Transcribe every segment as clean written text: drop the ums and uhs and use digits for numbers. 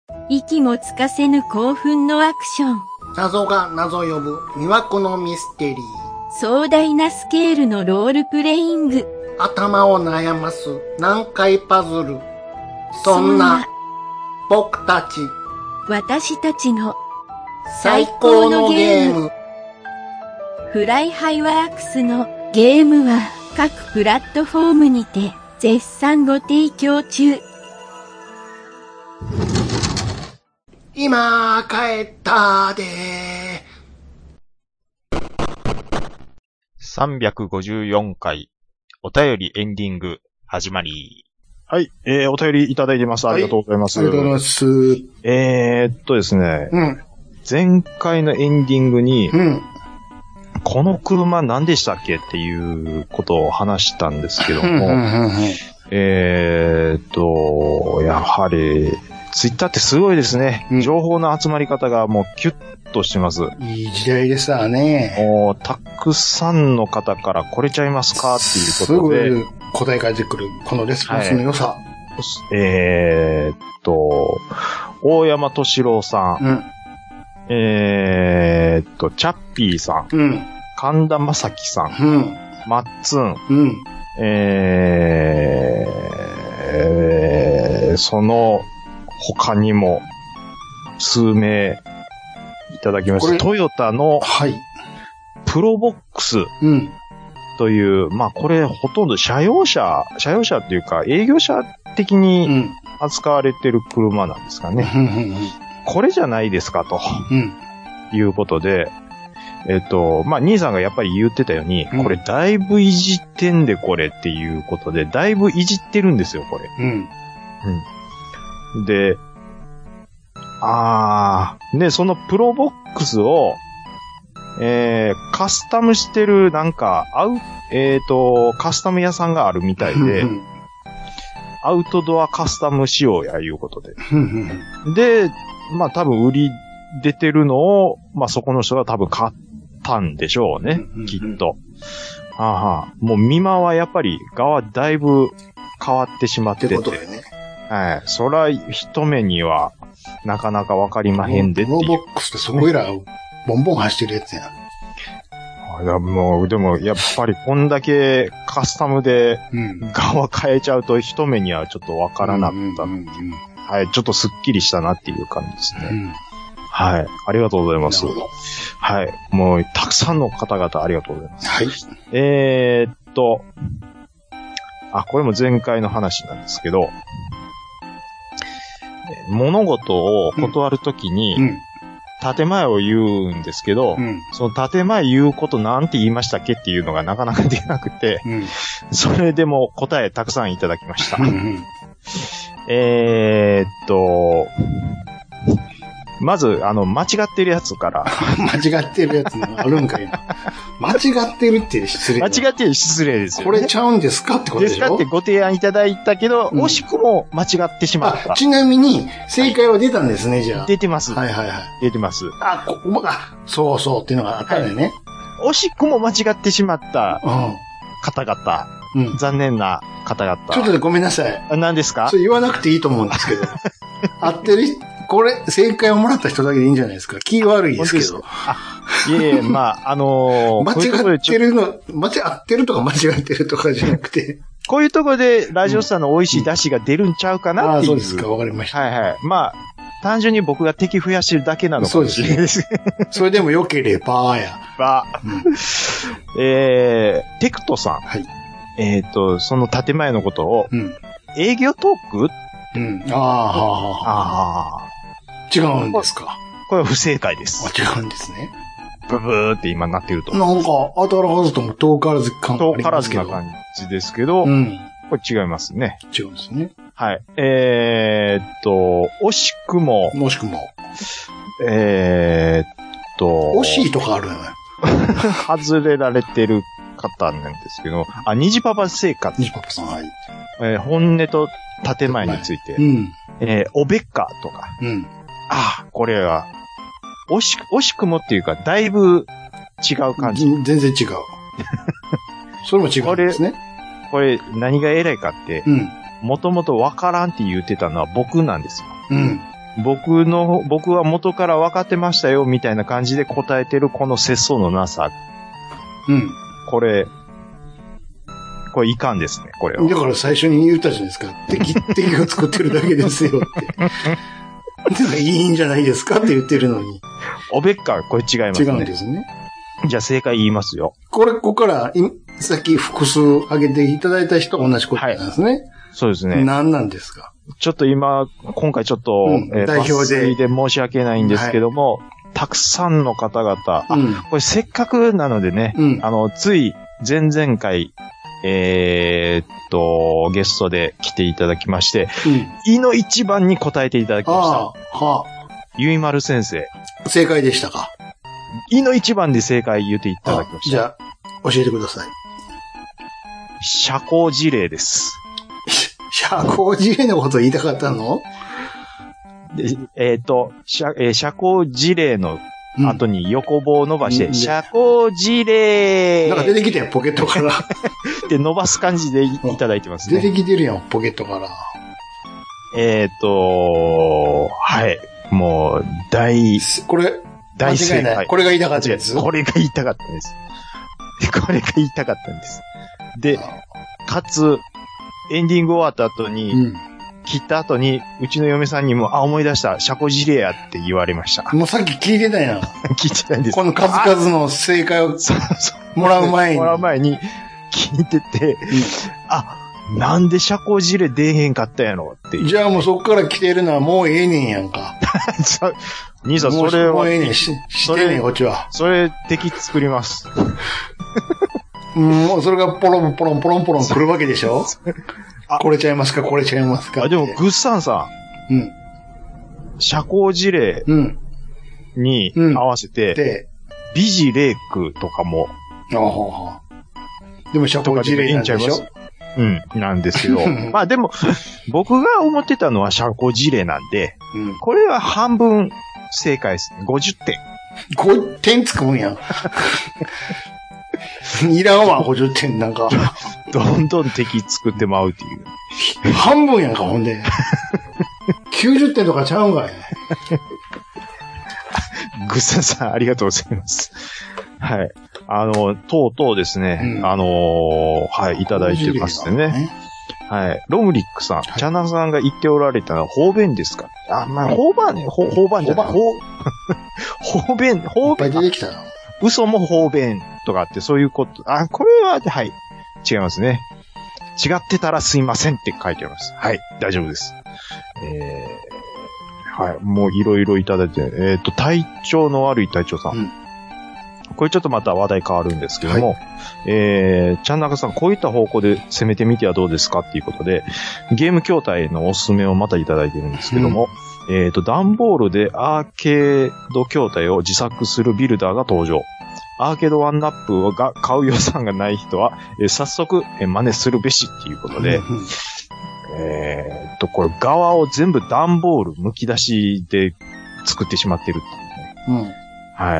息もつかせぬ興奮のアクション。 謎が謎呼ぶ魅惑のミステリー。 壮大なスケールのロールプレイング。 頭を悩ます難解パズル。そんな僕たち、 私たちの最高のゲーム。 フライハイワークスのゲームは各プラットフォームにて絶賛ご提供中。 今帰ったで 354回お便りエンディング始まり。 はい、お便りいただいてます。ありがとうございます。 ありがとうございます。 ですね、前回のエンディングに、この車何でしたっけっていうことを話したんですけども、やはり、ツイッターってすごいですね。情報の集まり方がもうキュッとしてます。 いい時代ですわね。 もう、たくさんの方からこれちゃいますかっていうことで。 すぐ答え返ってくる、このレスポンスの良さ。 大山敏郎さん。チャッピーさん。神田正輝さん。マッツン。その他にも数名いただきました。トヨタのプロボックスという、まあこれほとんど車用車っていうか営業車的に扱われてる車なんですかね。これじゃないですかと、いうことで、まあ兄さんがやっぱり言ってたように、これだいぶいじってんでこれっていうことで、だいぶいじってるんですよ、これ。で、で、そのプロボックスを、カスタムしてる、なんか、カスタム屋さんがあるみたいで、アウトドアカスタム仕様やいうことで。で、まあ多分売り出てるのを、まあそこの人が多分買ったんでしょうね、きっと。もう見間はやっぱり側だいぶ変わってしまってて。 ってことでね。 はい。そら、一目には、なかなかわかりまへんでっていう。 プロボックスってそこいら、ボンボン走ってるやつやん。 もう、でも、やっぱりこんだけカスタムで、側変えちゃうと一目にはちょっとわからなかったっていう。はい。ちょっとスッキリしたなっていう感じですね。はい。ありがとうございます。はい。もう、たくさんの方々ありがとうございます。 はい。 これも前回の話なんですけど、物事を断るときに、建前を言うんですけど、その建前言うことなんて言いましたっけっていうのがなかなかできなくて、それでも答えたくさんいただきました。まず、間違ってるやつから。 間違ってるやつあるんかいな。間違ってるって失礼。 間違ってる失礼ですよね。 これちゃうんですかってことでしょ？ ですかってご提案いただいたけど、惜しくも間違ってしまった。 ちなみに、正解は出たんですね、じゃあ。 出てます。 はいはいはい。 出てます。 そうそうっていうのがあったんだよね。 惜しくも間違ってしまった方々。残念な方々。 ちょっとごめんなさい。 何ですか？ それ言わなくていいと思うんですけど。合ってる、これ、正解をもらった人だけでいいんじゃないですか。気悪いですけど。 いえ、まあ、 間違ってるとか間違ってるとかじゃなくて。 こういうところでラジオさんの美味しい出汁が出るんちゃうかなっていう。 そうですか、わかりました。 はいはい。まあ、単純に僕が敵増やしてるだけなのかもしれないです。 それでも良ければや。 テクトさん。はい。その建前のことを、営業トーク違うんですか。 これは不正解です。 違うんですね。 ブブーって今なってると。 なんか、当たらずとも遠からず感遠からずな感じですけど、これ違いますね。 違うんですね。 はい。惜しくも。 惜しくも。惜しいとかあるよね。 外れられてる方なんですけど、虹パパ生活。 虹パパさん、はい。 本音と建前について。おべっかとか。これは、惜しくもっていうか、だいぶ違う感じ。 全然違う。それも違うんですね。 これ、何が偉いかって、もともとわからんって言ってたのは僕なんですよ。 僕は元から分かってましたよ、みたいな感じで答えてるこの節操のなさ。 うん。 これいかんですね、これは。 だから最初に言ったじゃないですか。敵が作ってるだけですよって。だからいいんじゃないですかって言ってるのに。 おべっか、これ違いますね。 違うんですね。 じゃあ正解言いますよ。 ここから、さっき複数挙げていただいた人と同じことなんですね。はい、 そうですね。 何なんですか？ ちょっと今回ちょっと、 代表で申し訳ないんですけども、はい、たくさんの方々、これせっかくなのでね、つい前々回、ゲストで来ていただきまして、いの一番に答えていただきました。ゆいまる先生。 正解でしたか？ いの一番で正解言っていただきました。 じゃあ、教えてください。 社交辞令です。 社交辞令のこと言いたかったの？ 社交辞令の後に横棒を伸ばして、社交辞令なんか出てきたよ、ポケットから。 で、伸ばす感じでいただいてますね。 出てきてるやん、ポケットから。 はい。もう、大正解。 これが言いたかったやつ？ これが言いたかったんです。これが言いたかったんです。で、かつ、エンディング終わった後に、切った後に、うちの嫁さんにも、思い出した、社交辞令やって言われました。 もうさっき聞いてたやん。 聞いてたんです。 この数々の正解をもらう前に聞いてて、なんで社交辞令出えへんかったんやろって。 じゃあもうそっから来てるのはもうええねんやんか。 兄さん、それは。 もうええねん、してねん、こっちは。 それ、敵作ります。 もうそれがポロンポロン来るわけでしょ？これちゃいますか？ でも、グッサンさん。社交辞令に合わせて、美辞麗句とかも。 でも社交辞令なんでしょ？ なんですけど。まあでも、僕が思ってたのは社交辞令なんで、これは半分正解ですね。50点。 5点つくもんやん。いらんわ、50点なんか。 どんどん敵作ってまうっていう。 半分やんか、ほんで。90点とかちゃうんかい。 グッサさん、ありがとうございます。はい。とうとうですね、はい、いただいてましてね。はい。ロムリックさん、チャナさんが言っておられたのは方便ですか？方便ね。方便じゃない。方便。いっぱい出てきたな。 嘘も方便とかって、そういうこと。これは、はい。違いますね。違ってたらすいませんって書いてあります。はい。大丈夫です。はい。もういろいろいただいて、体調の悪い隊長さん。これちょっとまた話題変わるんですけども、ちゃんなかさん、こういった方向で攻めてみてはどうですかっていうことで、ゲーム筐体のおすすめをまたいただいてるんですけども、段ボールでアーケード筐体を自作するビルダーが登場。アーケードワンナップが買う予算がない人は、早速真似するべしっていうことで、これ側を全部段ボール剥き出しで作ってしまってるっていうね。はい。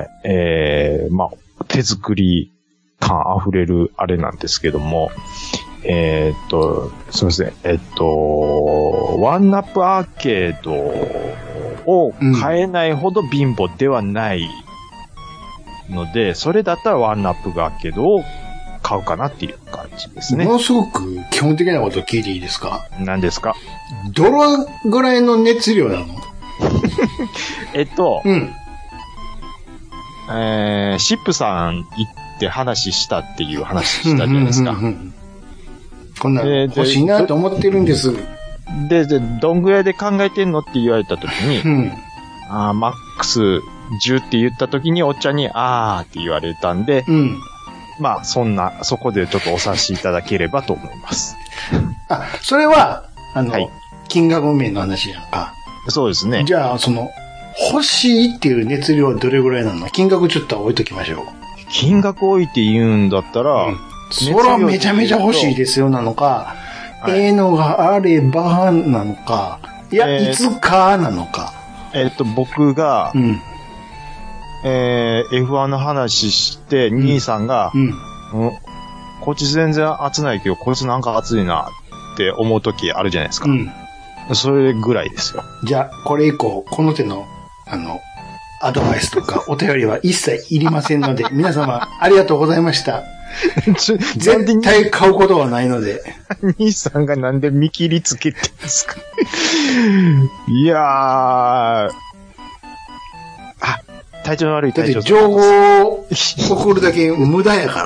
まあ、手作り感溢れるあれなんですけども、すみません。ワンナップアーケードを買えないほど貧乏ではないので、それだったらワンナップアーケードを買うかなっていう感じですね。 ものすごく基本的なことを聞いていいですか？ 何ですか？ どのぐらいの熱量なの？ シップさん行って話したっていう話したじゃないですか。 こんな欲しいなと思ってるんです。 で、どんぐらいで考えてんのって言われたときに、マックス10って言ったときにおっちゃんに、って言われたんで、まあ、そこでちょっとお察しいただければと思います。 それは、金額面の話やんか。 そうですね。 じゃあ、欲しいっていう熱量はどれぐらいなの？金額ちょっと置いときましょう。 金額置いて言うんだったら、 それはめちゃめちゃ欲しいですよなのか、のがあればなのか、いや、いつかなのか。 僕が、F1 の話して、兄さんが、こっち全然熱ないけど、こいつなんか熱いなって思う時あるじゃないですか。 それぐらいですよ。 じゃあ、これ以降、この手の、アドバイスとかお便りは一切いりませんので、皆様ありがとうございました。絶対買うことはないので。 兄さんがなんで見切りつけてんですかいやー。体調の悪い体調。 だって情報を送るだけ無駄やから。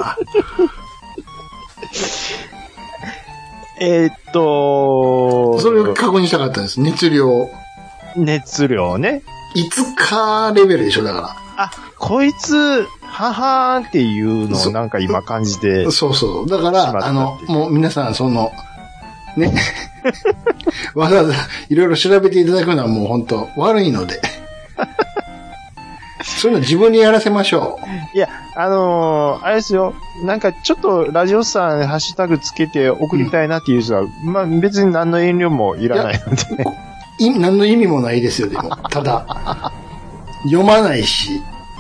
それを確認したかったんです。熱量。 熱量ね。 いつかレベルでしょ、だから。 こいつ、ははーんっていうのをなんか今感じて。 そう。だから、もう皆さん、ね。わざわざいろいろ調べていただくのはもう本当悪いので。そういうの自分にやらせましょう。いや、あれですよ。なんかちょっとラジオさんハッシュタグつけて送りたいなっていう人は、まあ別に何の遠慮もいらないので。 何の意味もないですよ、でも。ただ、読まないし。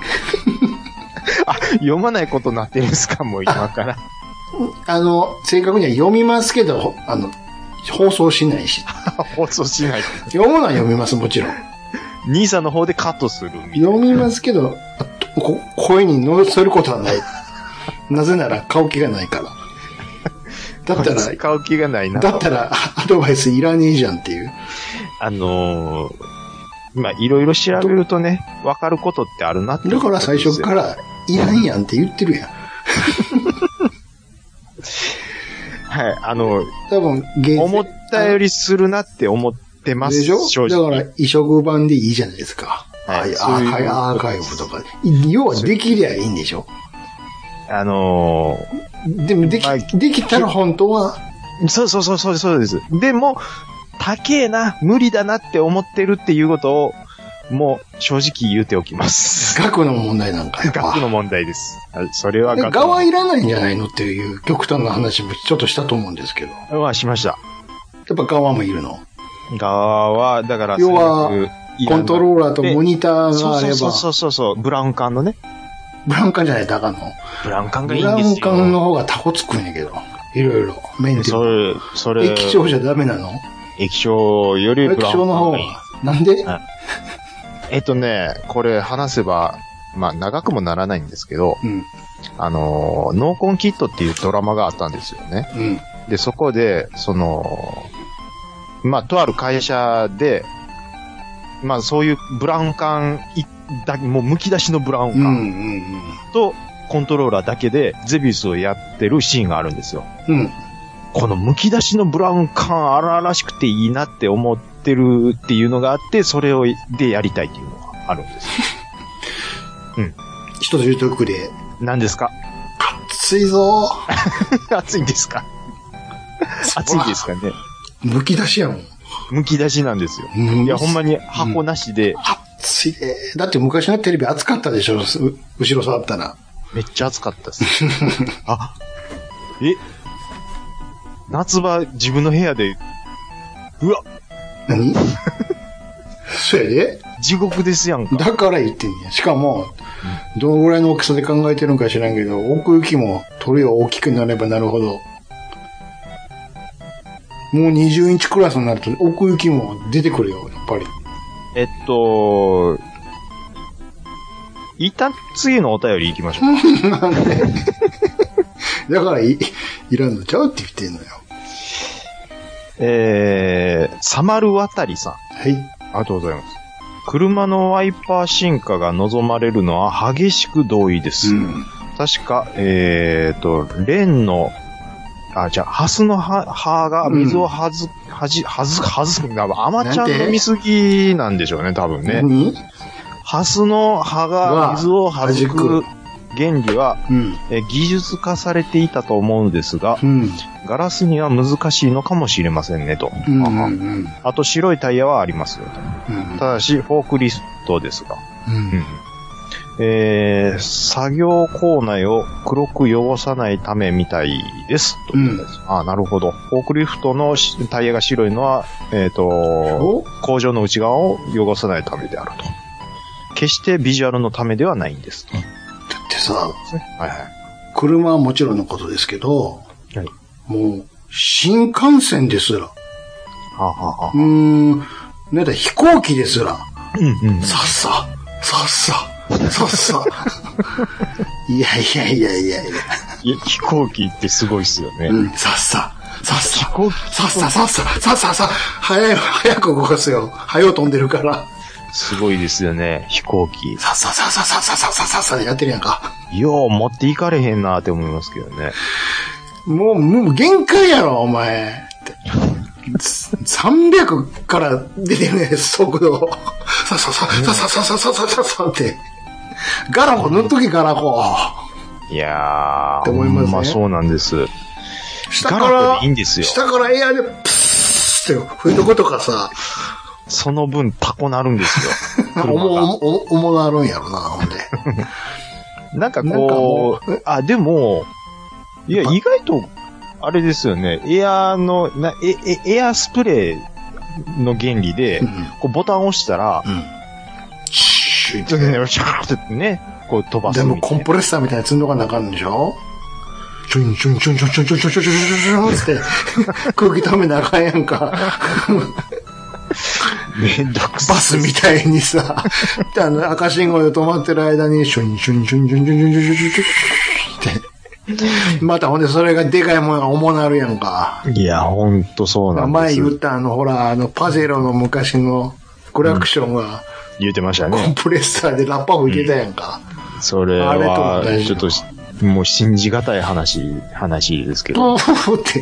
読まないことになってるんですか、もう今から。 正確には読みますけど、放送しないし。 放送しない。 読むのは読みます、もちろん。 兄さんの方でカットするみたいな。 読みますけど、声に乗せることはない。なぜなら買う気がないから。だったら、 買う気がないな。 だったら、アドバイスいらねえじゃんっていう。 まあ、いろいろ調べるとね、わかることってあるなって。 だから最初から、いらんやんって言ってるやん。 はい、 多分、 思ったよりするなって思ってます。 でしょ？だから、移植版でいいじゃないですか。はい、アーカイブとか。要はできりゃいいんでしょ？でもできたら本当は。 そうです。でも、高えな、無理だなって思ってるっていうことを、もう正直言うておきます。 額の問題なんかやっぱ。 額の問題です。それは額。側いらないんじゃないのっていう極端な話もちょっとしたと思うんですけど。 しました。 やっぱ側もいるの？ 側は、だから、 要は、コントローラーとモニターがあれば。 そう、ブラウン管のね。 ブラウン管じゃないとあかんの？ ブラウン管がいいんですよ。 ブラウン管の方がタコつくんやけど。いろいろ。メンテナンス。それ。液晶じゃダメなの？ 液晶よりブラウン管。 液晶の方が。なんで？ これ話せば、まあ長くもならないんですけど、ノーコンキットっていうドラマがあったんですよね。で、そこで、まあ、とある会社で、まあそういうブラウン管もう剥き出しのブラウン管とコントローラーだけでゼビウスをやってるシーンがあるんですよ。この剥き出しのブラウン管荒々しくていいなって思ってるっていうのがあって、それでやりたいっていうのがあるんです。 一つ言うとくで。 何ですか？ 暑いぞー。暑いんですか？暑いですかね。 剥き出しやもん。 剥き出しなんですよ。いや、ほんまに箱なしで。 暑いで。だって昔のテレビ暑かったでしょ？後ろ触ったら。 めっちゃ暑かったです。夏場自分の部屋で、うわ何そうやで？ 地獄ですやんか。 だから言ってんねん。しかも、どのぐらいの大きさで考えてるんか知らんけど、奥行きも鳥が大きくなればなるほど、もう20インチクラスになると奥行きも出てくるよ、やっぱり。 一旦次のお便り行きましょう。なんでだからいらんのちゃうって言ってんのよ。サマルワタリさん。 はい。 ありがとうございます。車のワイパー進化が望まれるのは激しく同意です。確か、レンの、ハスの葉が水をはずす、アマちゃんの見すぎなんでしょうね、多分ね。ハスの葉が水をはじく原理は、技術化されていたと思うんですが、ガラスには難しいのかもしれませんねと。あと白いタイヤはありますよと。ただし、フォークリフトですが。作業構内を黒く汚さないためみたいです。ということです。なるほど。フォークリフトのタイヤが白いのは、工場の内側を汚さないためであると。決してビジュアルのためではないんですと。 だってさ、車はもちろんのことですけど、もう、新幹線ですら、 なんだ飛行機ですら、さっさ。いや、 飛行機ってすごいっすよね。 さっさ。飛行機さっさ。早く動かすよ。早飛んでるから。 すごいですよね、飛行機。 さっやってるやんか。 よう持っていかれへんなって思いますけどね。 もう限界やろ、お前。300から出てるね、速度。さって。ガラコ塗っとけ、ガラコ。 いやー。 って思いますね。 まあそうなんです。 下からいいんですよ。 下からエアでプスって吹いとくとかさ。 その分タコなるんですよ。 重なるんやろな、ほんで。 なんかこう、でも、いや、意外と、あれですよね。エアスプレーの原理で、こうボタンを押したら、シューってね、こう飛ばす。 でもコンプレッサーみたいに積んどかなあかんでしょ？シュンシュンシュンシュンシュンシュンシュンシュンシュンシュンって空気止めなあかんやんか。 めんどくさい。 バスみたいにさ、赤信号で止まってる間に、シュンシュンシュンシュンシュンシュンシュンシュンシュンシュンって。またほんでそれがでかいものが重なるやんか。 いや、ほんとそうなんです。 前言ったほら、パジェロの昔のクラクションが、 言ってましたね。 コンプレッサーでラッパ吹いてたやんか。 それは、ちょっと、もう信じがたい話ですけど。 って。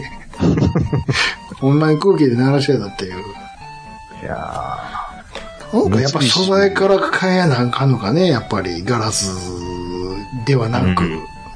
ほんまに空気で鳴らしてたっていう。 いやー。なんかやっぱ素材から変えやなあかんのかね、やっぱりガラスではなく。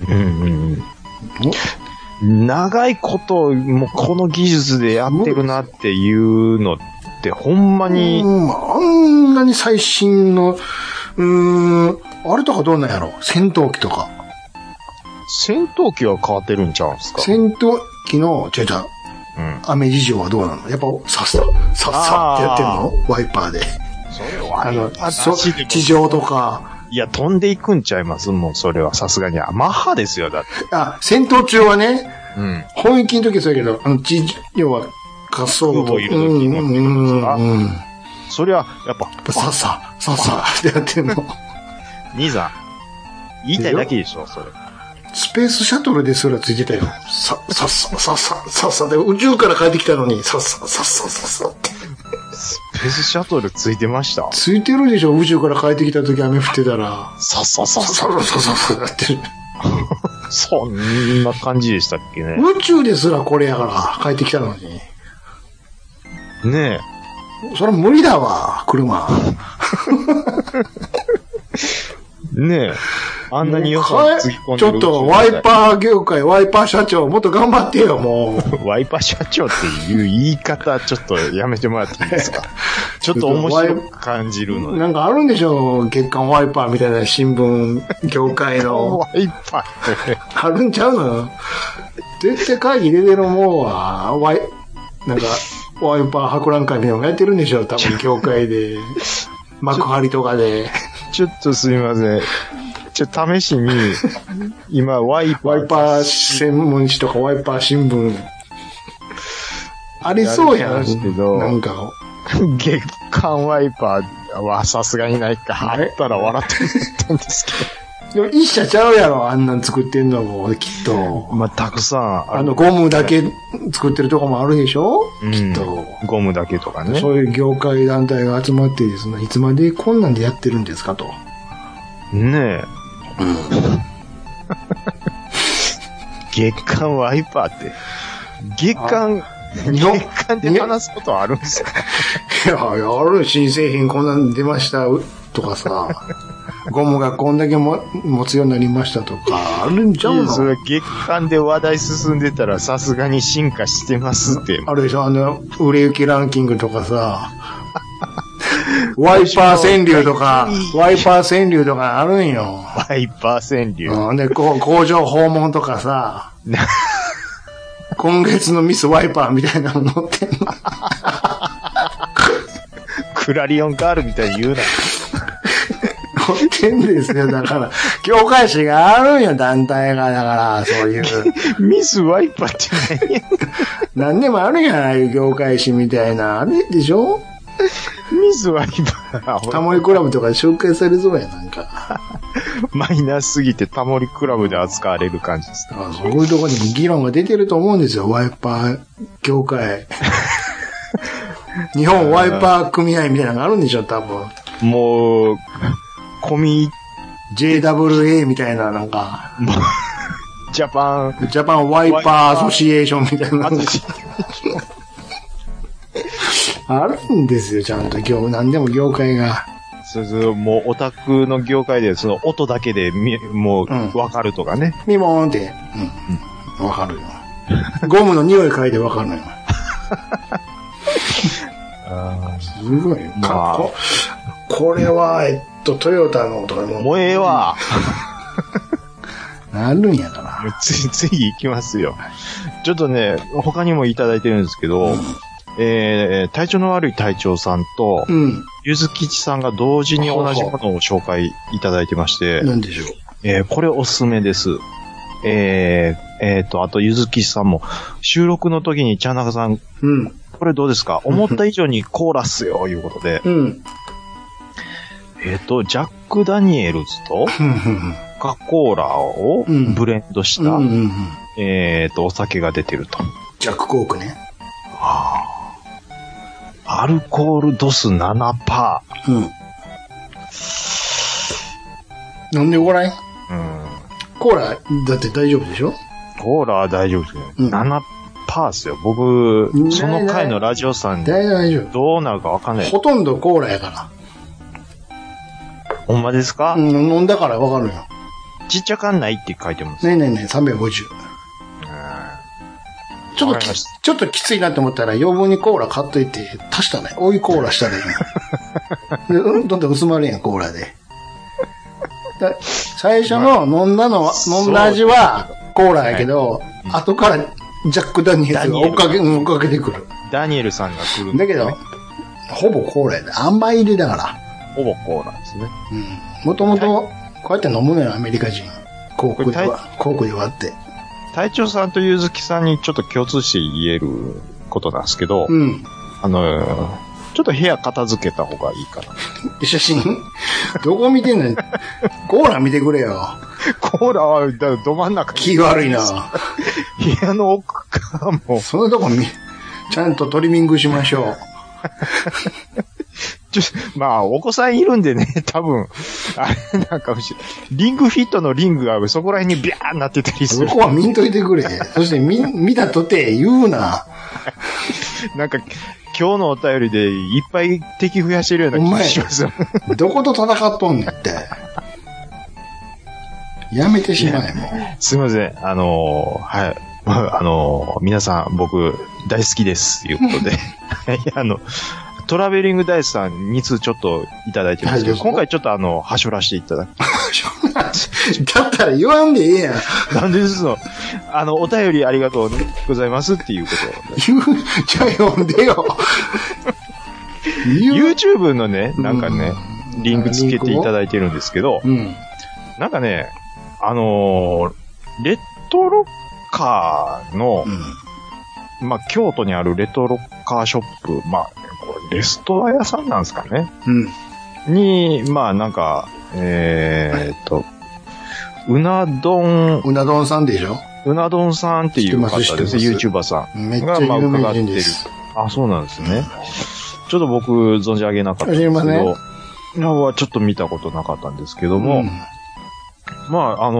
長いこと、もうこの技術でやってるなっていうのってほんまに。 あんなに最新の、あれとかどうなんやろ？戦闘機とか。 戦闘機は変わってるんちゃうんすか？ 戦闘機の、雨事情はどうなの？やっぱ、さっさってやってんの？ワイパーで。 それは地上とか。 いや、飛んでいくんちゃいます？もうそれはさすがに。マッハですよ、だって。 戦闘中はね、本域の時はそうやけど、要は、滑走路といる時のそれは、やっぱ、 さっさってやってんの。 兄さん、言いたいだけでしょ、それ。 スペースシャトルですらついてたよ。さっさで、宇宙から帰ってきたのに、さっさって。 スペースシャトルついてました？ ついてるでしょ、宇宙から帰ってきた時雨降ってたら。 さってる。 そんな感じでしたっけね。 宇宙ですらこれやから、帰ってきたのに。 ねえ。それ無理だわ、車。 ねえ。あんなに予算つぎ込んでる。 ちょっと、ワイパー業界、ワイパー社長、もっと頑張ってよ、もう。 ワイパー社長っていう言い方、ちょっとやめてもらっていいですか？ちょっと面白く感じるので。 なんかあるんでしょ？月刊ワイパーみたいな新聞業界の。 ワイパーあるんちゃうの？絶対会議出てるもんは、なんか、ワイパー博覧会みたいなのやってるんでしょ？多分業界で。幕張とかで。 ちょっとすみません。試しに、今、ワイパー専門誌とかワイパー新聞。ありそうやん。なんか。 月刊ワイパーはさすがにないか。あったら笑ってたんですけど。でも一社ちゃうやろ、あんなん作ってんのも、きっと。 まあ、たくさん。 ゴムだけ作ってるとこもあるでしょ？きっと。 ゴムだけとかね。 そういう業界団体が集まってですね、いつまでこんなんでやってるんですかと。 ねえ。月刊ワイパーって、月刊で話すことあるんですか？ いや、ある新製品こんなん出ましたとかさ、ゴムがこんだけ持つようになりましたとか、あるんちゃうの？ それ月刊で話題進んでたらさすがに進化してますって。 あるでしょ？売れ行きランキングとかさ、ワイパー川柳とかあるんよ。 ワイパー川柳。 で、工場訪問とかさ、今月のミスワイパーみたいなの載ってんの。 クラリオンガールみたいに言うな。 凝ってんですよ。だから、業界誌があるんよ、団体が。だから、そういう。 ミスワイパーって何何でもあるやん、ああいう業界誌みたいな。あれでしょ？ ミスワイパー。 タモリクラブとかで紹介されそうやん、なんか。 マイナーすぎてタモリクラブで扱われる感じですね。 そういうところにも議論が出てると思うんですよ、ワイパー業界。日本ワイパー組合みたいなのがあるんでしょ、多分。 もう、 JWA みたいな、なんか。 ジャパンワイパーアソシエーションみたいな。あるんですよ、ちゃんと何でも業界が。 そうもうオタクの業界でその音だけでもうわかるとかね。 ミモーンって、わかるよ。ゴムの匂い嗅いでわかるのよ。すごい。これは、トヨタのとかも。 もうええわ。 なるんやから。 次行きますよ。ちょっとね、他にもいただいてるんですけど、体調の悪い隊長さんと、ゆずきちさんが同時に同じものを紹介いただいてまして、 何でしょう。これおすすめです。あとゆずきちさんも、収録の時にちゃんなかさん、これどうですか？思った以上にコーラっすよ、いうことで。ジャック・ダニエルズと、コカ・コーラをブレンドした、お酒が出てると。 ジャック・コークね。 アルコール度数 7%。 飲んでごらん。コーラ、だって大丈夫でしょ？ コーラは大丈夫ですね。7%ですよ。僕、その回のラジオさんで、どうなるかわかんない。 ほとんどコーラやから。 ほんまですか？ 飲んだからわかるよ。 ちっちゃかんないって書いてます。 ね350。ちょっときついなって思ったら余分にコーラ買っといて足したね。追いコーラしたらいいの。どんどん薄まるやん、コーラで。最初の飲んだ味はコーラやけど、後からジャック・ダニエルが追っかけてくる。 ダニエルさんが来るんだけど、ほぼコーラやで。甘い入りだから。 ほぼコーラですね。 もともと、こうやって飲むのよ、アメリカ人。コークで割って。 隊長さんとゆずきさんにちょっと共通して言えることなんですけど、ちょっと部屋片付けた方がいいかな。 写真どこ見てんの？コーラ見てくれよ。 コーラはど真ん中。 気悪いな。 部屋の奥からも。 そのとこちゃんとトリミングしましょう。 まあ、お子さんいるんでね、多分、あれなんかリングフィットのリングがそこら辺にビャーなってたりする。 そこは見んといてくれ。そして見たとて言うな。 なんか、今日のお便りでいっぱい敵増やしてるような気がしますよ。 どこと戦っとんねんって。やめてしまえ、もう。 すいません。はい。皆さん、僕、大好きです。ということで。トラベリングダイスさん2通ちょっといただいてるんですけど、今回ちょっとはしょらしていただく。 だったら言わんでええやん。 なんでですのお便りありがとうございますっていうことじゃあ読んでよ。 YouTube のね、なんかね、リンクつけていただいてるんですけど、なんかね、レトロカーの、まあ、京都にあるレトロカーショップ、まあ、これレストラ屋さんなんですかね。に、まあ、なんか、うな丼さんでしょ？ うな丼さんっていう方です。YouTuber さん。 めっちゃ有名人です。 あ、そうなんですね。ちょっと僕、存じ上げなかったんですけど、今はちょっと見たことなかったんですけども、まあ、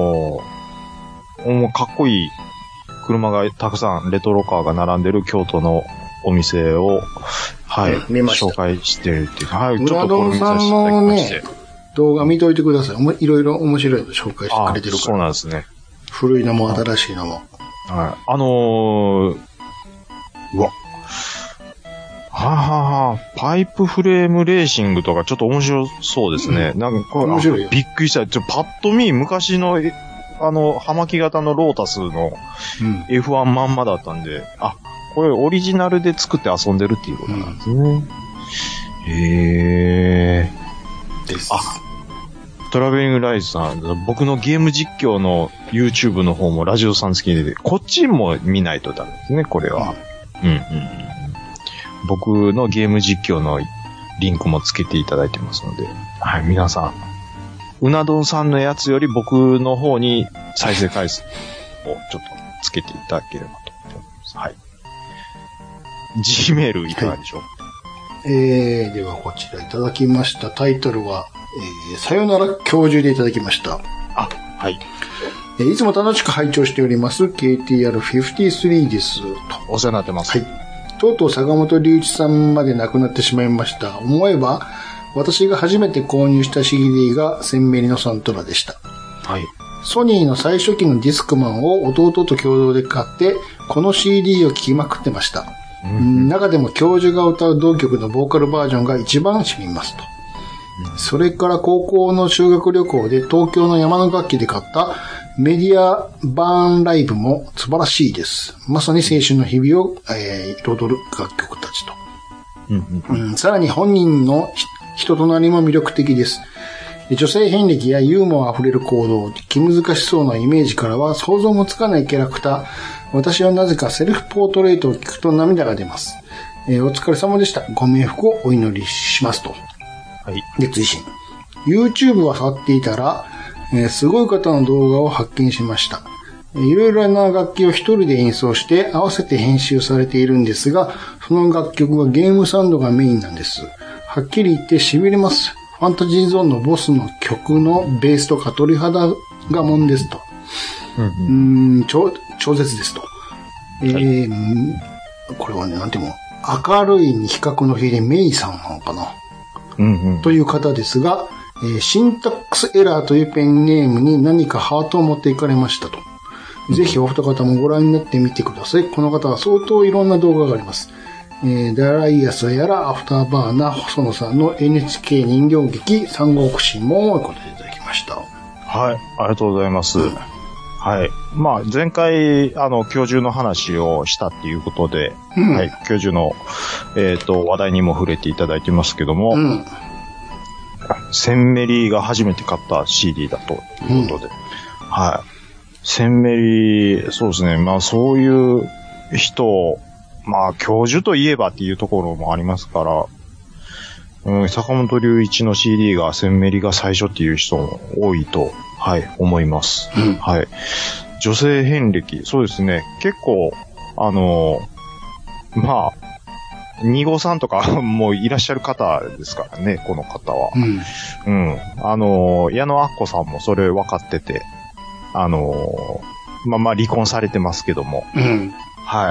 かっこいい車がたくさんレトロカーが並んでる京都のお店を、はい、紹介してるっていう。はい、ちょっとこれ見させていただきまして。 動画見といてください。いろいろ面白いの紹介してくれてるから。 そうなんですね。 古いのも新しいのも。 はい。うわ。パイプフレームレーシングとかちょっと面白そうですね。なんかこれ、 面白いよ。 びっくりした。パッと見、昔の、葉巻型のロータスの F1 まんまだったんで、これオリジナルで作って遊んでるっていうことなんですね。 です。 トラベリングライズさん、僕のゲーム実況の YouTube の方もラジオさん付きで、こっちも見ないとダメですね、これは。僕のゲーム実況のリンクもつけていただいてますので、はい、皆さん、うな丼さんのやつより僕の方に再生回数をちょっとつけていただければと思います。はい。G メールいかがでしょう、 はい、ではこちらいただきましたタイトルは、さよなら教授でいただきました。 あ、はい。 いつも楽しく拝聴しております KTR53 です。とお世話になってます。 はい。とうとう坂本龍一さんまで亡くなってしまいました。思えば、私が初めて購入した CD がセンメリのサントラでした。 はい。 ソニーの最初期のディスクマンを弟と共同で買って、この CD を聴きまくってました。中でも教授が歌う同曲のボーカルバージョンが一番染みますと。それから高校の修学旅行で東京の山の楽器で買ったメディアバーンライブも素晴らしいです。まさに青春の日々を、彩る楽曲たちと。さらに本人の人となりも魅力的です。女性遍歴やユーモアあふれる行動、気難しそうなイメージからは想像もつかないキャラクター。私はなぜかセルフポートレートを聞くと涙が出ます。お疲れ様でした。ご冥福をお祈りしますと。 はい。 で、追伸。YouTube を触っていたら、すごい方の動画を発見しました。いろいろな楽器を一人で演奏して合わせて編集されているんですが、その楽曲はゲームサウンドがメインなんです。はっきり言って痺れます。ファンタジーゾーンのボスの曲のベースとか鳥肌がもんですと。超絶ですと。これはね、なんていうの、明るいに比較の比でメイさんなのかな。という方ですが、シンタックスエラーというペンネームに何かハートを持っていかれましたと。ぜひお二方もご覧になってみてください。この方は相当いろんな動画があります。ダライアスやらアフターバーナー細野さんの NHK 人形劇三国志もということでいただきました。 はい、ありがとうございます。はい。まあ、前回、教授の話をしたっていうことで、はい、教授の、話題にも触れていただいてますけども、センメリが初めて買った CD だということで、はい。センメリ、そうですね、まあ、そういう人、まあ、教授といえばっていうところもありますから、坂本龍一の CD がセンメリが最初っていう人も多いと、はい、思います。はい。女性遍歴、そうですね。結構、まあ、2号さんとかもいらっしゃる方ですからね、この方は。矢野あっこさんもそれ分かってて、まあ離婚されてますけども。はい。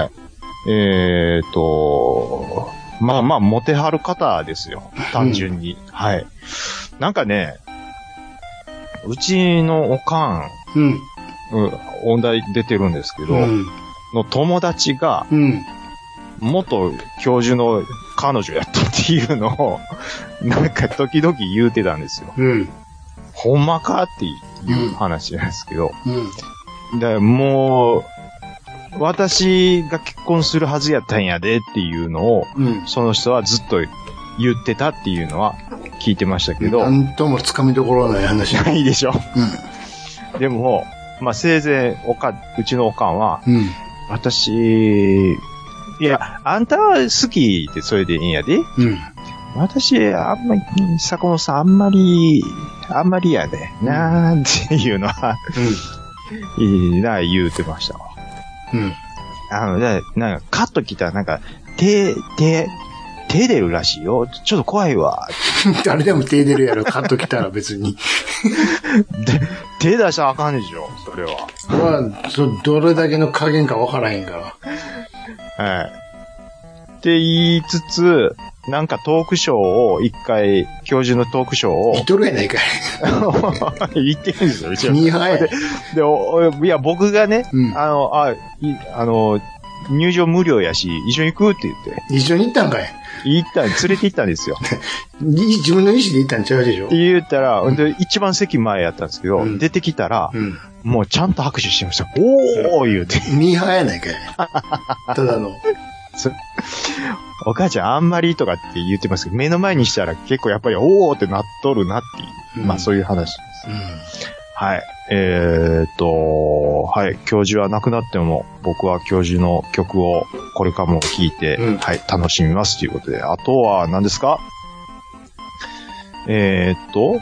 まあ、モテはる方ですよ。単純に。はい。なんかね、うちのおかん、音大出てるんですけど、の友達が、元教授の彼女やったっていうのを、なんか時々言うてたんですよ。ほんまかっていう話なんですけど、だからもう、私が結婚するはずやったんやでっていうのを、その人はずっと言ってたっていうのは聞いてましたけど。 なんともつかみどころない話。 ないでしょ。でも、まあ、せいぜいうちのおかんは、私、いや、あんたは好きってそれでいいんやで。私、あんまり、坂本さんあんまりやで、なーっていうのは、いいな、言うてましたわ。なんか、カット来たらなんか、手出るらしいよ。ちょっと怖いわ。 誰でも手出るやろ、カット来たら別に。 手出したらあかんでしょ、それは。 それは、どれだけの加減かわからへんから。 はい。って言いつつ、なんかトークショーを一回、教授のトークショーを。 言っとるやないかい。言ってるんですよ、うちは。いや、僕がね、入場無料やし、一緒に行くって言って。 一緒に行ったんかい？ 連れて行ったんですよ。 自分の意思で行ったんちゃうでしょ？ って言ったら、で一番席前やったんですけど、出てきたら、もうちゃんと拍手してました。おー言うて。 ミーハーやないかい。ただの。 お母ちゃんあんまりとかって言ってますけど、目の前にしたら結構やっぱりおーってなっとるなっていう、まあそういう話です。はい。はい。教授は亡くなっても、僕は教授の曲をこれからも聴いて、はい、楽しみますということで。あとは何ですか？これ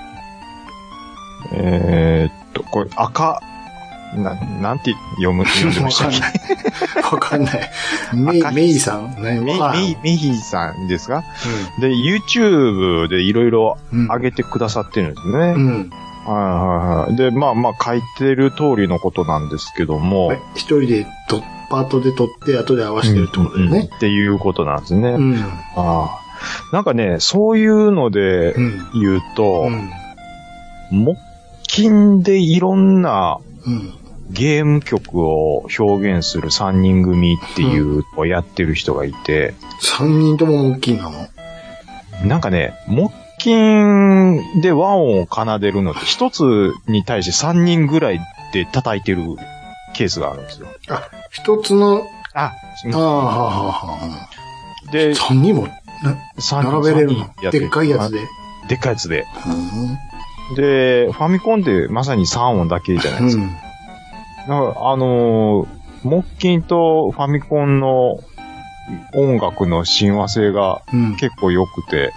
なんて読んでましたっけ？ わかんない。メイさんメイさんですか？で、YouTube でいろいろ上げてくださってるんですね。で、まあまあ書いてる通りのことなんですけども。 一人でパートで撮って後で合わせてるってことだよね。 っていうことなんですね。なんかね、そういうので言うと、木琴でいろんなゲーム曲を表現する3人組っていうのをやってる人がいて。 3人とも木琴なの？ なんかね、木琴で和音を奏でるのって一つに対して3人ぐらいで叩いてるケースがあるんですよ。 一つの、で、3人も並べれるの？でっかいやつで。 でっかいやつで。で、ファミコンってまさに3音だけじゃないですか。だから木琴とファミコンの音楽の親和性が結構良くて、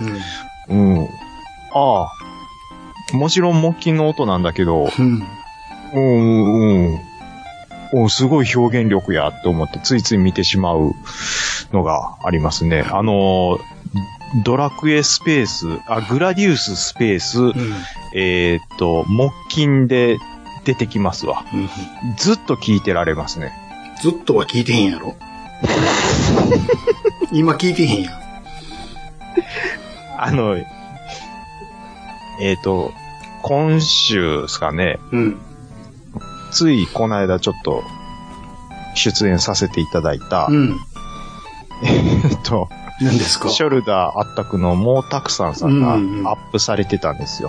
もちろん木琴の音なんだけど、すごい表現力やって思ってついつい見てしまうのがありますね。ドラクエスペース、グラディウススペース、木琴で出てきますわ。ずっと聞いてられますね。 ずっとは聞いてへんやろ？今聞いてへんやん。 今週ですかね。ついこの間ちょっと出演させていただいた、 何ですか？ ショルダーあったくのもうたくさんさんがアップされてたんですよ。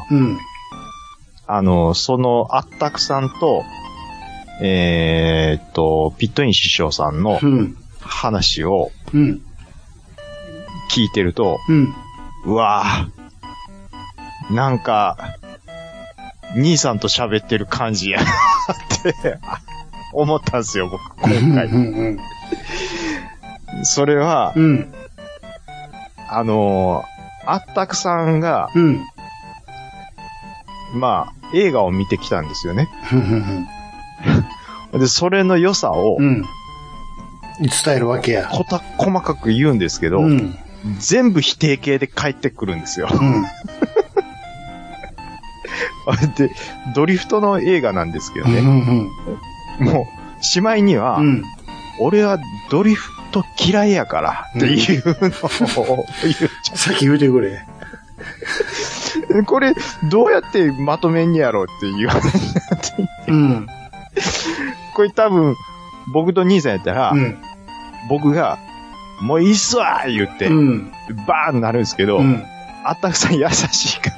そのあったくさんと、ピットイン師匠さんの話を聞いてると、うわぁ、なんか、兄さんと喋ってる感じやって思ったんですよ、僕、今回。それは、あったくさんが、まあ、映画を見てきたんですよね。で、それの良さを、 伝えるわけや。 細かく言うんですけど、全部否定形で返ってくるんですよ。で、ドリフトの映画なんですけどね。もう、しまいには、俺はドリフト嫌いやからっていうのを言っちゃう。 さっき言うてくれ。 これ、どうやってまとめんやろうっていう話になっていて。これ多分、僕と兄さんやったら、僕が、もういいっすわー言って、バーンなるんですけど、あったくさん優しいから、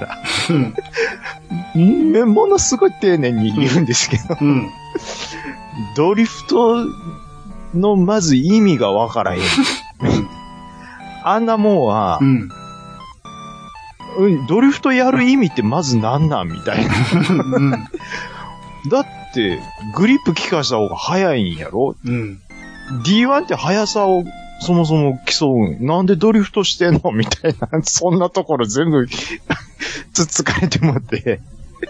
ものすごい丁寧に言うんですけど、ドリフトのまず意味がわからへん。あんなもんは、ドリフトやる意味ってまずなんなんみたいな。だって、グリップ効かした方が早いんやろ？ D1 って速さをそもそも競う。なんでドリフトしてんのみたいな。そんなところ全部つっつかれてもって。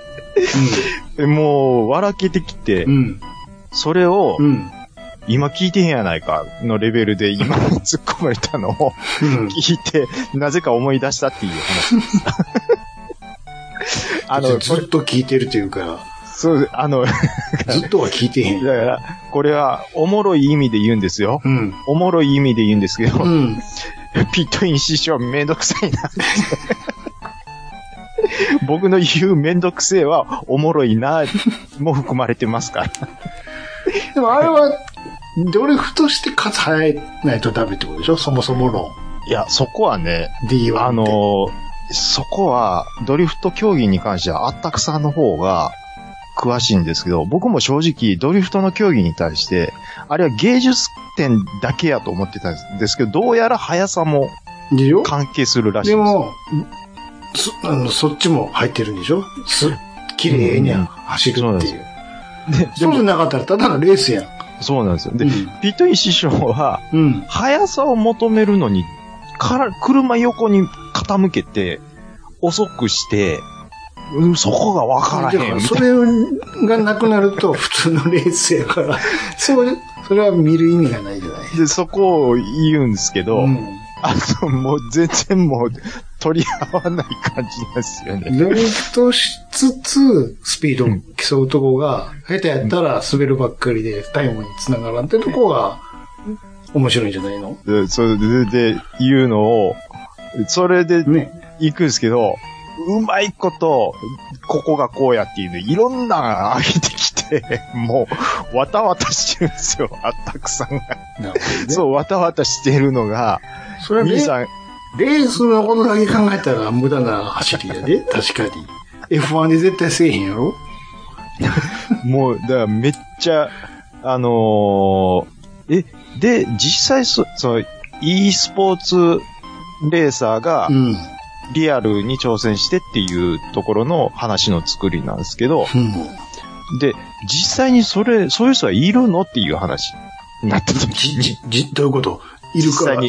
もう、笑けてきて、それを、今聞いてへんやないかのレベルで今突っ込まれたのを聞いて、なぜか思い出したっていう話です。ずっと聞いてるというか。 そう、 ずっとは聞いてへん。 だから、これは、おもろい意味で言うんですよ。おもろい意味で言うんですけど、ピットイン師匠めんどくさいな。僕の言うめんどくせえは、おもろいな、も含まれてますから。 でもあれは、ドリフトしてかつ速いないとダメってことでしょ？そもそもの。 いや、そこはね、 D1 って。 そこは、ドリフト競技に関しては、あったくさんの方が、 詳しいんですけど、僕も正直ドリフトの競技に対して、あれは芸術点だけやと思ってたんですけど、どうやら速さも関係するらしいです。 でも、そっちも入ってるんでしょ？綺麗に走るっていう。そうじゃなかったらただのレースやん。 そうなんですよ。で、ピットイン師匠は、速さを求めるのに、車横に傾けて、遅くして、そこが分からへんみたいな。 それがなくなると普通のレースやから、それは見る意味がないじゃない。 で、そこを言うんですけど、もう全然もう取り合わない感じなんですよね。 ドリフトしつつ、スピードを競うとこが、下手やったら滑るばっかりでタイムにつながらんってとこが面白いんじゃないの？ それで言うのを、それで行くんですけど、うまいこと、ここがこうやっていうね、いろんな上げてきて、もう、わたわたしてるんですよ、あったくさんが。そう、わたわたしてるのが、 それはレースのことだけ考えたら無駄な走りやで、確かに。F1 で絶対せえへんやろ？ もう、だからめっちゃ、で、実際e スポーツレーサーが、リアルに挑戦してっていうところの話の作りなんですけど、で、実際にそういう人はいるのっていう話になった時に。 どういうこと？いるから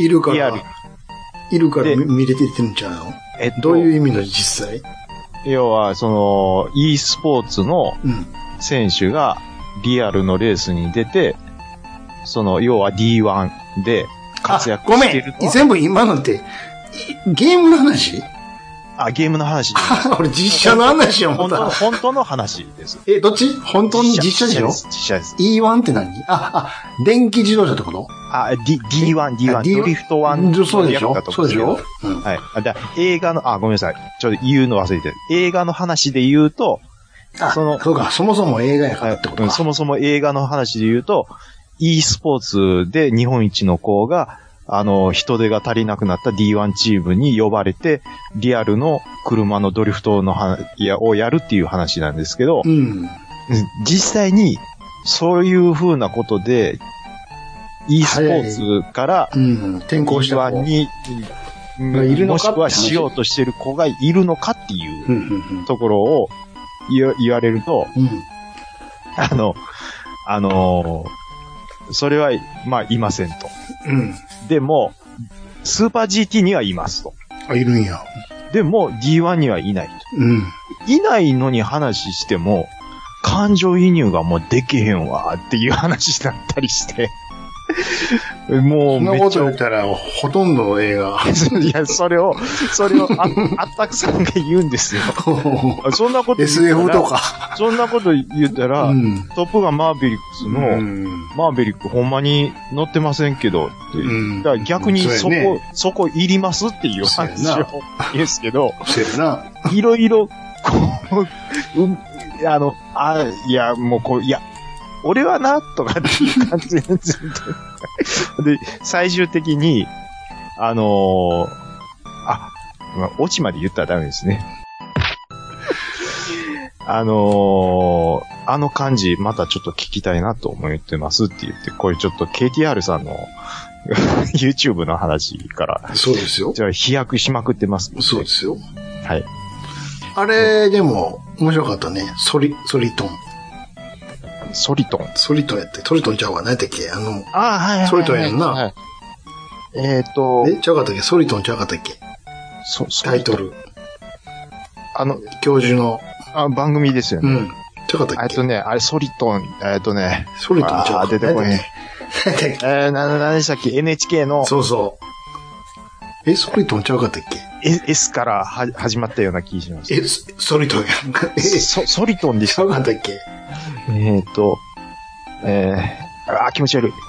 見れてるんちゃうの？どういう意味の実際？ 要は、e スポーツの選手がリアルのレースに出て、要は D1 で活躍してるの。 ごめん、全部今のって、ゲームの話？ ゲームの話。 俺実写の話やもん。 本当の話です。 どっち？本当に実写でしょ？ 実写です。 E1 って何？電気自動車ってこと？ D1、ドリフト1。 そうでしょ？そうでしょ？ はい。映画の、ごめんなさい。ちょっと言うの忘れてる。映画の話で言うと、 そうか、そもそも映画やからってことか。 そもそも映画の話で言うと、e スポーツで日本一の子が、人手が足りなくなった D1 チームに呼ばれて、リアルの車のドリフトをやるっていう話なんですけど、実際に、そういう風なことで、e スポーツから、 転校した子に、もしくはしようとしてる子がいるのかっていうところを言われると、それは、いませんと。でも、スーパー GT にはいますと。 いるんや。 でも、D1 にはいないと。いないのに話しても、感情移入がもうできへんわっていう話だったりして。もうそんなこと言ったら、ほとんどの映画。 いや、それを、あったくさんが言うんですよ。そんなこと言ったら。 SF とか。 そんなこと言ったら、トップガンマーヴェリックスの、マーヴェリックほんまに乗ってませんけど、ってだから逆にそこいりますっていう話を言うんですけど、いろいろ、いや、もう俺はな、とかっていう感じで、で、最終的に、オチまで言ったらダメですね。あの感じ、またちょっと聞きたいなと思ってますって言って、これちょっと KTR さんのYouTube の話から。 そうですよ。 じゃあ飛躍しまくってます、 ね。そうですよ。 はい。 あれ、でも、面白かったね。ソリトン。ソリトンやって、ソリトンちゃうわ、何やったっけはい。 ソリトンやんな。はい、ちゃうかったっけソリトンちゃうかったっけタイトル。教授の。 番組ですよね。 ちゃうかったっけあれ、ソリトン、 ソリトンちゃうかったっけ出てこへん。何でしたっけ NHK の。 そうそう。ソリトンちゃうかったっけ S から始まったような気がします。 ソリトンやんか。 ソリトンでした。 ちゃうかったっけ気持ち悪い。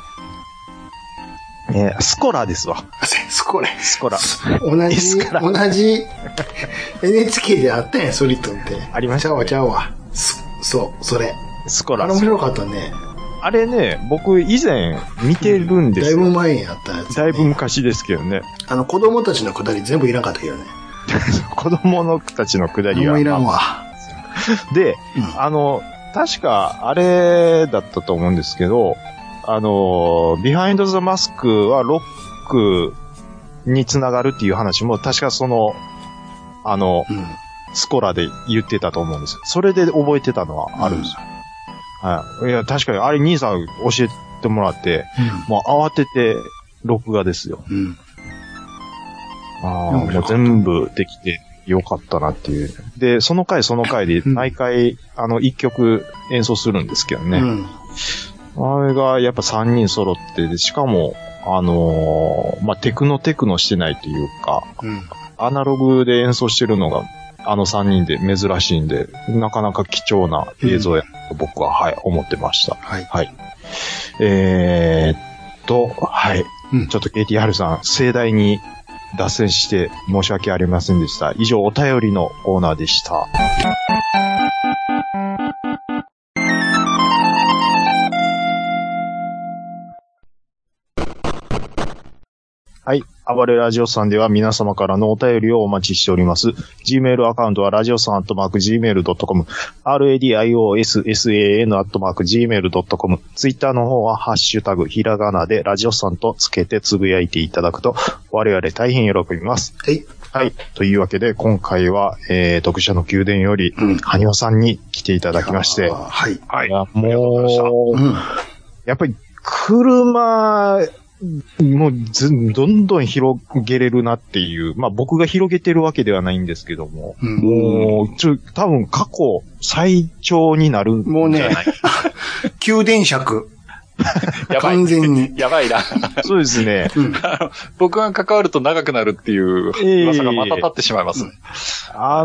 スコラですわ。 スコラ。同じ NHK であったんや、ソリトンって。 ありましたね。 ちゃうわ。そう、それ。 スコラ。 面白かったね。 あれね、僕以前見てるんですよ。 だいぶ前にやったやつ、 だいぶ昔ですけどね。 子供たちのくだり全部いらんかったけどね。 子供のたちのくだりは。 もういらんわ。 で、 確か、あれだったと思うんですけど、ビハインド・ザ・マスクはロックにつながるっていう話も、確かスコラで言ってたと思うんですよ。それで覚えてたのはあるんですよ。はい。いや、確かに、あれ兄さん教えてもらって、もう慌てて、録画ですよ。もう全部できてよかったなっていう。で、その回で、毎回、一曲演奏するんですけどね。あれが、やっぱ3人揃って、で、しかも、テクノしてないというか、アナログで演奏してるのが、3人で珍しいんで、なかなか貴重な映像やと僕は、はい、思ってました。はい。はい。はい。ちょっと KTR さん、盛大に脱線して申し訳ありませんでした。以上、お便りのコーナーでした。はい。暴れラジオさんでは皆様からのお便りをお待ちしております。Gmail アカウントはラジオさん@gmail.com、radiossan@gmail.com、Twitter の方はハッシュタグ、ひらがなでラジオさんとつけてつぶやいていただくと、我々大変喜びます。はい。はい。というわけで、今回は、読者の宮殿より、はにわさんに来ていただきまして。はい。はい。もう、やっぱり、車、もうどんどん広げれるなっていう。まあ僕が広げてるわけではないんですけども。もう、多分過去最長になるんじゃない。もうね、 宮殿尺。完全に。 やばいな。 そうですね。 僕が関わると長くなるっていう噂がまた立ってしまいます。 あ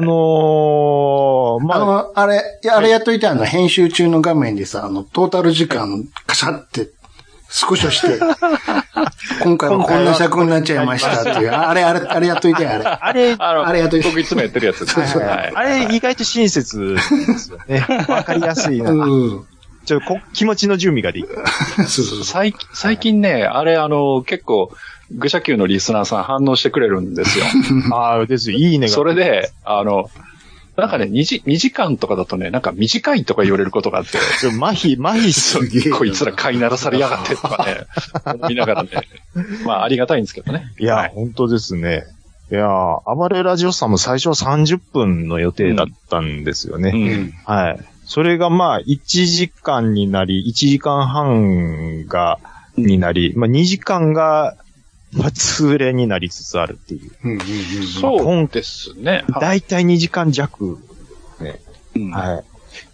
れやっといて編集中の画面でさ、トータル時間カシャってスクショして、今回はこんな尺になっちゃいましたっていう。あれやっといて、あれやっといて。 僕いつもやってるやつですね。 あれ意外と親切ですよね。わかりやすいな。気持ちの準備ができる。 最近ね、あれ結構、愚者級のリスナーさん反応してくれるんですよ。 ああ、ですよ。いいねが。 それで、なんかね、2時間とかだとね、なんか短いとか言われることがあって。 麻痺すげえ。 こいつら飼いならされやがってとかね、見ながらね。まあ、ありがたいんですけどね。 いや、本当ですね。いや、暴れラジオさんも最初30分の予定だったんですよね。はい。それがまあ、1時間になり、1時間半になり、まあ2時間が、通例になりつつあるっていう。 そうですね。 だいたい2時間弱、ね。はい。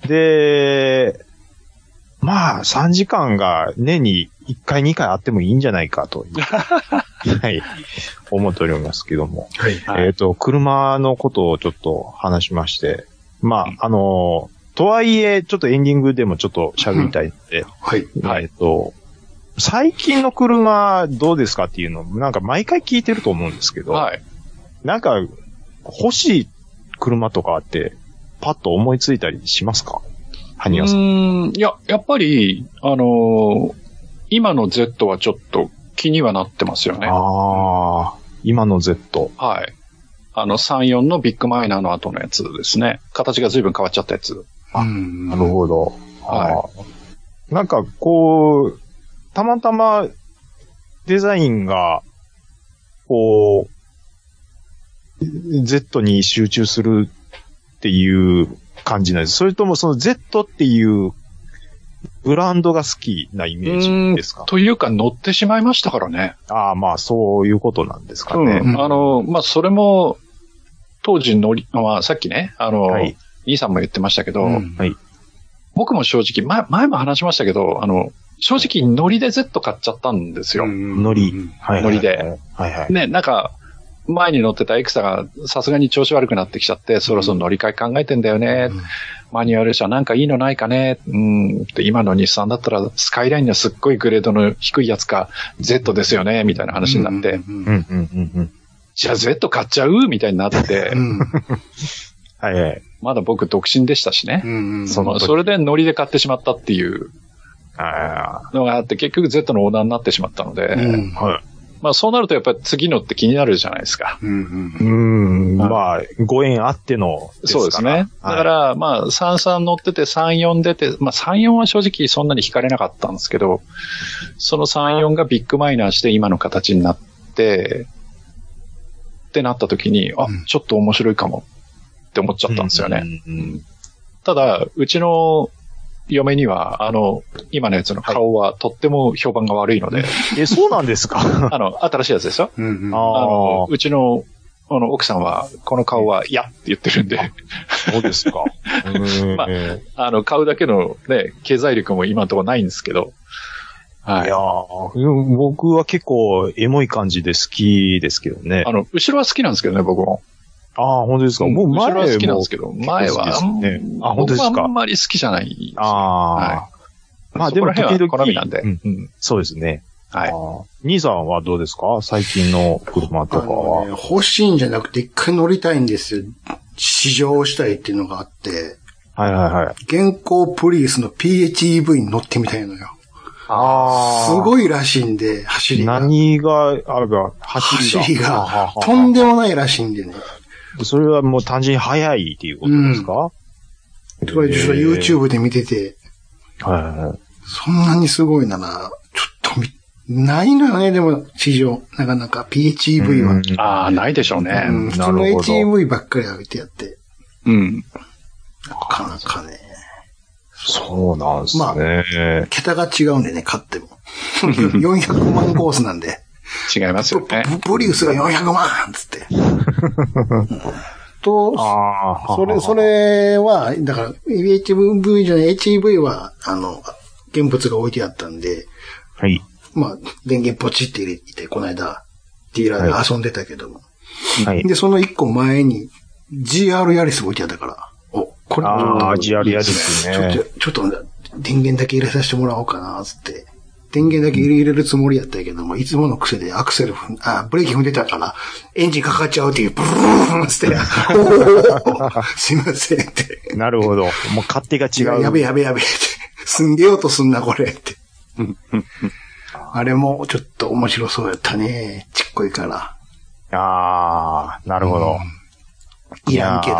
で、まあ3時間が年に1回2回あってもいいんじゃないかという。はい。思っておりますけども。はい。車のことをちょっと話しまして。まあ、とはいえ、ちょっとエンディングでもちょっと喋りたいので。はい。最近の車どうですかっていうのをなんか毎回聞いてると思うんですけど、はい。なんか欲しい車とかってパッと思いついたりしますか？はにわさん。 いや、やっぱり、今の Z はちょっと気にはなってますよね。 ああ、今の Z。 はい。34のビッグマイナーの後のやつですね。形が随分変わっちゃったやつ。 なるほど。 はい。 なんかこう、たまたまデザインが、こう、Z に集中するっていう感じなんです。それともその Z っていうブランドが好きなイメージですか？ というか乗ってしまいましたからね。 ああ、まあそういうことなんですかね。 まあそれも、当時まあさっきね、はい、兄さんも言ってましたけど、はい、僕も正直、前も話しましたけど、正直、ノリで Z 買っちゃったんですよ。 ノリ。 ノリで。はいはい。ね、なんか、前に乗ってたエクサがさすがに調子悪くなってきちゃって、そろそろ乗り換え考えてんだよね。マニュアル車なんかいいのないかね。で今の日産だったらスカイラインのすっごいグレードの低いやつか Z ですよね、みたいな話になって。じゃあ Z 買っちゃうみたいになって。 はいはい。 まだ僕独身でしたしね。それでノリで買ってしまったっていうのがあって、結局 Z のオーダーになってしまったので、 まあそうなるとやっぱり次のって気になるじゃないですか。 まあ、ご縁あってのですから。 そうですね。だから、まあ33乗ってて34出て、まあ34は正直そんなに惹かれなかったんですけど、その34がビッグマイナーして今の形になって、ってなった時に、ちょっと面白いかもって思っちゃったんですよね。ただ、うちの嫁には、今のやつの顔はとっても評判が悪いので。 そうなんですか新しいやつですよ。うちの、奥さんは、この顔は嫌って言ってるんで。 そうですか。 まあ、買うだけのね、経済力も今のところないんですけど。はい。 いや僕は結構エモい感じで好きですけどね。 後ろは好きなんですけどね、僕も。 本当ですか。もう前は好きなんですけど、前は、 本当ですか。 僕はあんまり好きじゃないです。 まあでも時々 好みなんで。 そうですね。 はい。 兄さんはどうですか？最近の車とかは。 欲しいんじゃなくて一回乗りたいんですよ。試乗したいっていうのがあって。現行プリウスの PHEV に乗ってみたいのよ。すごいらしいんで、走りが。 何があるか、走りが。とんでもないらしいんでね。 それはもう単純に速いっていうことですか？ それ実は YouTube で見てて。そんなにすごいなら、ちょっとないのよね、でも、市場。なかなか PHEV は。ないでしょうね。 普通の HEV ばっかり置いてやって。なかなかね。 そうなんですね。まあ、桁が違うんでね、買っても。400万コースなんで。 違いますよね。 プリウスが400万つって。それは、だから、HEV じゃない、HEV は、現物が置いてあったんで、 はい。 まあ、電源ポチって入れて、この間、ディーラーで遊んでたけども。 はい。 で、その一個前に、GR ヤリス置いてあったから、これ GR ヤリスね。 ちょっと、電源だけ入れさせてもらおうかな、つって。電源だけ入れるつもりやったけども、いつもの癖でアクセルブレーキ踏んでたから、エンジンかかっちゃうっていう、ブルーンつって、すいませんって。 なるほど。もう勝手が違う。 やべって。すんげえ音すんな、これって。あれもちょっと面白そうやったね。ちっこいから。 なるほど。 いらんけど。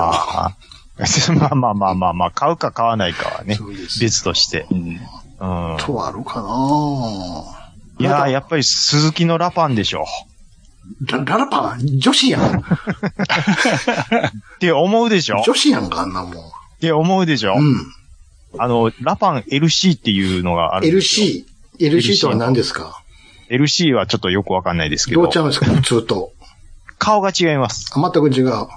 まあ、買うか買わないかはね、別として。 とあるかないややっぱり鈴木のラパンでしょ。 ラパン女子やん。 って思うでしょ。 女子やんか、あんなもん。 って思うでしょ。ラパン LC っていうのがある。 LC とは何ですか？ LC はちょっとよくわかんないですけど。 どうちゃうんですか、普通と。 顔が違います。 全く違う。 はい。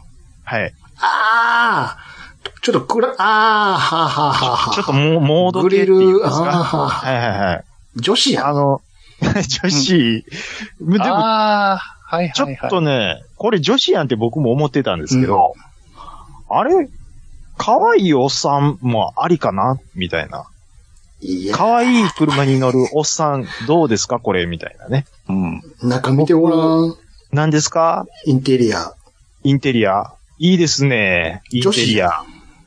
ちょっとちょっとモード系っていうんですか？はい。 女子やん。 女子。でも、ちょっとね、これ女子やんって僕も思ってたんですけど、あれ可愛いおっさんもありかなみたいな。可愛い車に乗るおっさんどうですかこれみたいなね。 中見てごらん。 何ですか？ インテリア。 いいですね。インテリア。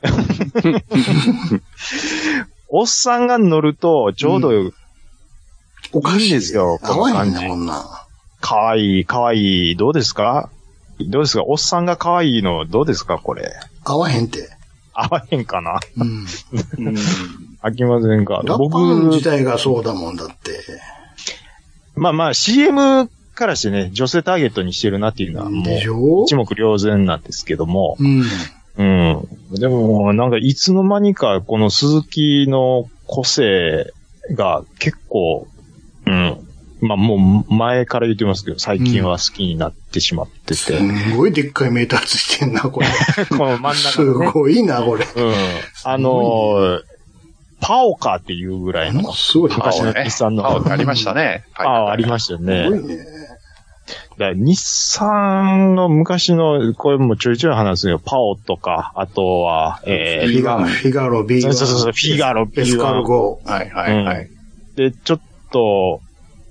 おっさんが乗ると、ちょうど、 おかしいですよ、この感じ。かわいい。どうですか？おっさんがかわいいの、どうですかこれ。 合わへんて。 合わへんかな。飽きませんか？ ラパン自体がそうだもんだって。 まあ、CM からしてね、女性ターゲットにしてるなっていうのはもう、一目瞭然なんですけども。でも、なんかいつの間にかこの鈴木の個性が結構、まあもう前から言ってますけど、最近は好きになってしまってて。すごいでっかいメーターつしてんな、これ。 この真ん中、ね。 すごいな、これ。 パオカっていうぐらいの。昔の日産の。 パオカありましたね。 ありましたよね。 すごいね。 日産の昔の、これもちょいちょい話すよ。パオとか、あとは、 フィガロ、B1。 そう、フィガロ、B1。 エスカルゴ。 はい。 で、ちょっと、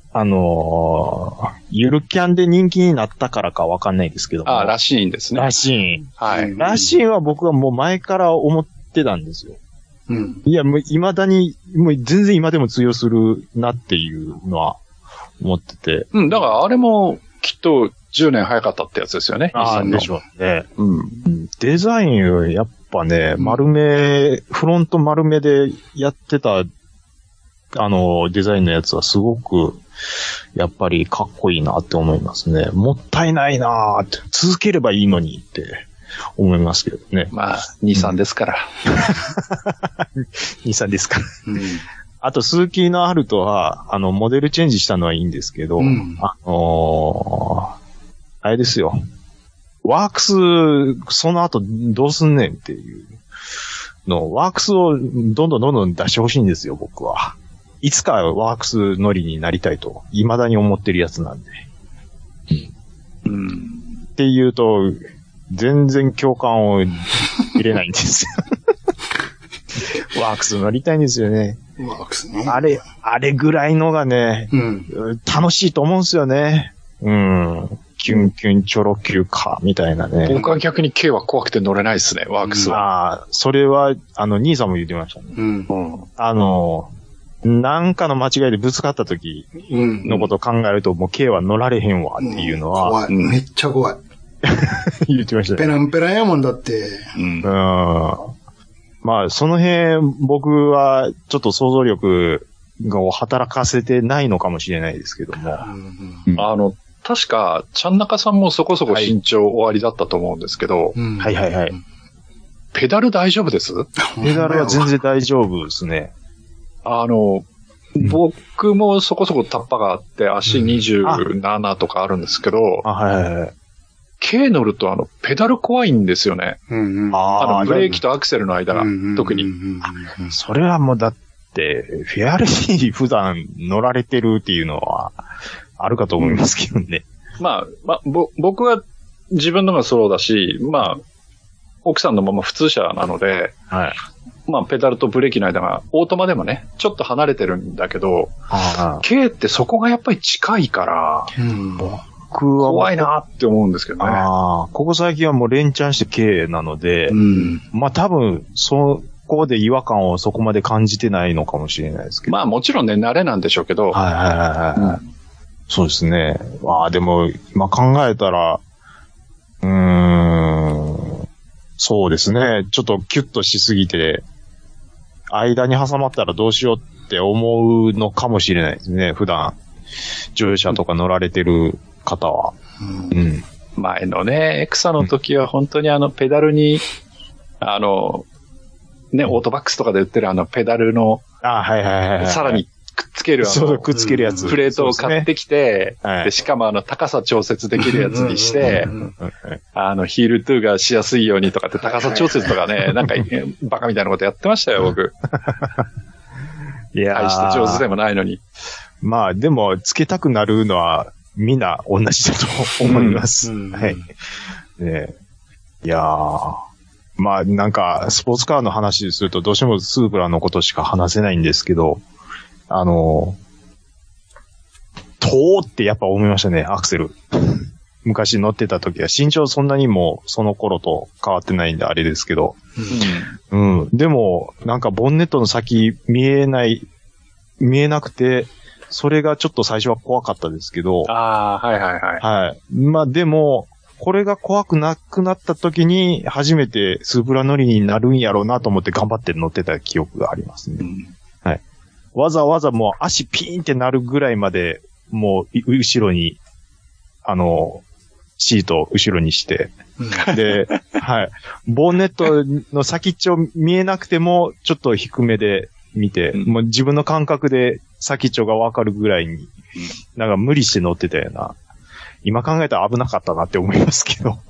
ゆるキャンで人気になったからかわかんないですけど。 らしいんですね。 らしい。 はい。 らしいは僕はもう前から思ってたんですよ。 うん。 いや、もう未だに、もう全然今でも通用するなっていうのは思ってて。 うん、だからあれもきっと10年早かったってやつですよね。 ああ、でしょうね。うん。デザイン、やっぱね、フロント丸めでやってた、デザインのやつはすごく、やっぱりかっこいいなって思いますね。もったいないなーって、続ければいいのにって思いますけどね。 まあ、2、3ですから。 2、3ですから。あと、鈴木のアルトは、モデルチェンジしたのはいいんですけど、あれですよ。ワークス、その後どうすんねんっていうの、ワークスをどんどん出してほしいんですよ、僕は。いつかワークス乗りになりたいと、未だに思ってるやつなんで。っていうと、全然共感を入れないんですよ。ワークス乗りたいんですよね。 ワークスね。 あれぐらいのがね、楽しいと思うんですよね。キュンキュンチョロ Q か、みたいなね。 僕は逆に K は怖くて乗れないですね、ワークスは。 ああ、それは、兄さんも言ってましたね。なんかの間違いでぶつかった時のことを考えると、もう K は乗られへんわっていうのは。 怖い。めっちゃ怖い。 言ってましたね。 ペランペランやもんだって。 まあ、その辺、僕はちょっと想像力を働かせてないのかもしれないですけども。 確か、ちゃんなかさんもそこそこ身長終わりだったと思うんですけど。 はいはいはい。 ペダル大丈夫です？ ペダルは全然大丈夫ですね。 僕もそこそこタッパがあって、足27とかあるんですけど、K 乗るとペダル怖いんですよね。ブレーキとアクセルの間が、特に。 それはもうだって、フェアレディ普段乗られてるっていうのは、あるかと思いますけどね。 僕は自分のがそうだし、奥さんのまま普通車なので、ペダルとブレーキの間が、オートマでもね、ちょっと離れてるんだけど、K ってそこがやっぱり近いから、僕は怖いなって思うんですけどね。 ここ最近はもう連チャンして K なので、多分、そこで違和感をそこまで感じてないのかもしれないですけど。 もちろんね、慣れなんでしょうけど。 そうですね。でも、今考えたら、そうですね。ちょっとキュッとしすぎて、間に挟まったらどうしようって思うのかもしれないですね。普段、乗用車とか乗られてる方は。 前のね、エクサの時は本当にペダルに、オートバックスとかで売ってるペダルの、さらにくっつけるくっつけるやつ。 プレートを買ってきて、で、しかも高さ調節できるやつにして、ヒールトゥーがしやすいようにとかって高さ調節とかね、なんか、バカみたいなことやってましたよ、僕。いやー。大して上手でもないのに。 でも、つけたくなるのは、みんな同じだと思います。はい。いやー。なんか、スポーツカーの話すると、どうしてもスープラのことしか話せないんですけど、ってやっぱ思いましたね、アクセル。昔乗ってた時は、身長そんなにもその頃と変わってないんであれですけど。でも、なんかボンネットの先見えなくて、それがちょっと最初は怖かったですけど。でも、これが怖くなくなった時に、初めてスープラ乗りになるんやろうなと思って頑張って乗ってた記憶がありますね。わざわざもう足ピーンってなるぐらいまで、もう後ろに、シートを後ろにして、で、ボンネットの先っちょ見えなくても、ちょっと低めで見て、もう自分の感覚で先っちょがわかるぐらいに、なんか無理して乗ってたような。今考えたら危なかったなって思いますけど。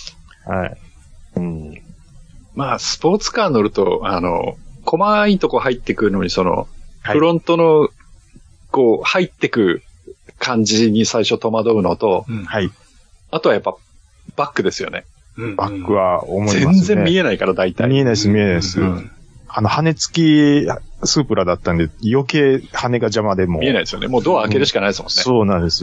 スポーツカー乗ると、細いとこ入ってくるのに、フロントの、入ってく感じに最初戸惑うのと、あとはやっぱ、バックですよね。 バックは思いますね。 全然見えないから、大体。 見えないです。羽付きスープラだったんで、余計羽が邪魔でも。 見えないですよね。もうドア開けるしかないですもんね。 そうなんです。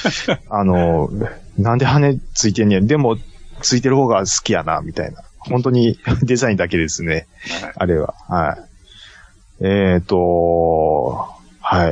なんで羽ついてんねん。でも、ついてる方が好きやな、みたいな。本当にデザインだけですね。あれは。 はい。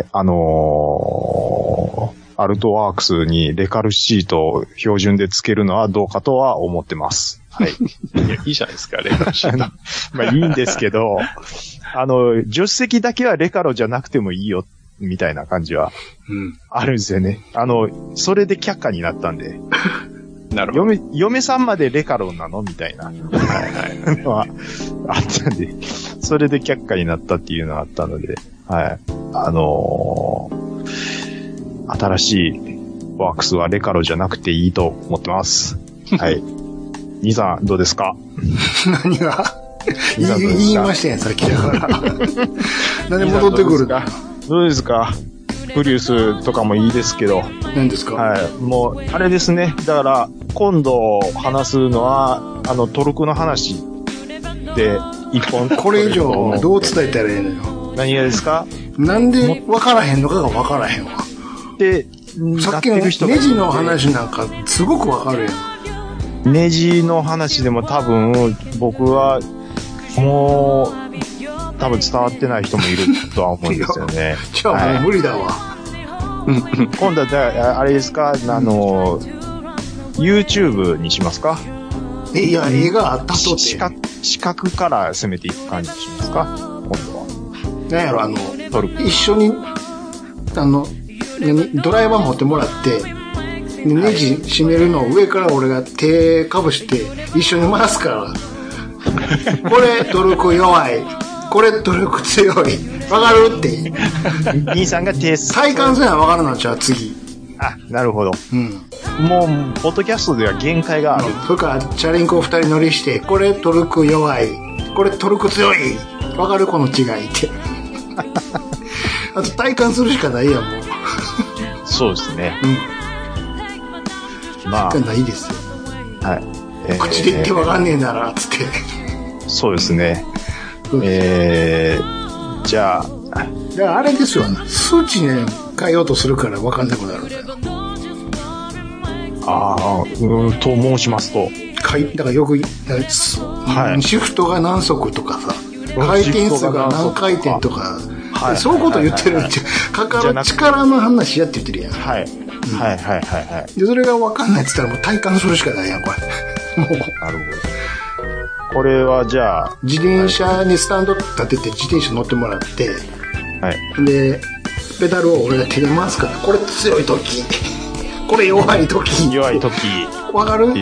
アルトワークスにレカルシートを標準で付けるのはどうかとは思ってます。はい。 いいじゃないですか、レカルシート。 まあいいんですけど、助手席だけはレカロじゃなくてもいいよ、みたいな感じは、あるんですよね。それで却下になったんで。 なるほど。 嫁さんまでレカロなのみたいな。はいはい。のはあったんで、それで却下になったっていうのがあったので、はい。新しいワークスはレカロじゃなくていいと思ってます。はい。兄さん、どうですか？ 何が言いましたやん、さっきだから。何戻ってくるか。 どうですか？プリウスとかもいいですけど。 何ですか？ はい。もう、あれですね。だから、今度話すのは、トルクの話で、一本。 これ以上、どう伝えたらいいのよ。 何がですか？ なんで分からへんのかが分からへんわ。 で、 さっきのネジの話なんか、すごく分かるやん。ネジの話でも多分、僕は、もう、多分伝わってない人もいるとは思うんですよね。 じゃあもう無理だわ。 今度は、あれですか、YouTube にしますか？ いや、映画あったとて。 視覚から攻めていく感じにしますか？今度は。 なんやろ、一緒に、ドライバー持ってもらって、ネジ締めるのを上から俺が手かぶして一緒に回すから。これトルク弱い。これトルク強い。わかるって。 兄さんが体感するのはわかるのじゃあ次。 あ、なるほど。もう、ポッドキャストでは限界がある。 それから、チャリンコ二人乗りして、これトルク弱い。これトルク強い。わかるこの違いって。あと体感するしかないやん、もう。 そうですね。 まあ。しかないですよ。 はい。 口で言ってわかんねえなら、つって。 そうですね。じゃあ。 あれですよ、数値ね、変えようとするからわかんなくなるんだよ。 と申しますと。 だからよく、シフトが何速とかさ、回転数が何回転とか、そういうこと言ってるんじゃ、かかる力の話やって言ってるやん。 はい。はいはいはいはい。 で、それがわかんないって言ったらもう体感するしかないやん、これ。もう。 なるほど。これはじゃあ。 自転車にスタンド立てて自転車乗ってもらって、 はい。 で、ペダルを俺が手で回すから、これ強い時、これ弱い時。 弱い時。 わかる？違いって。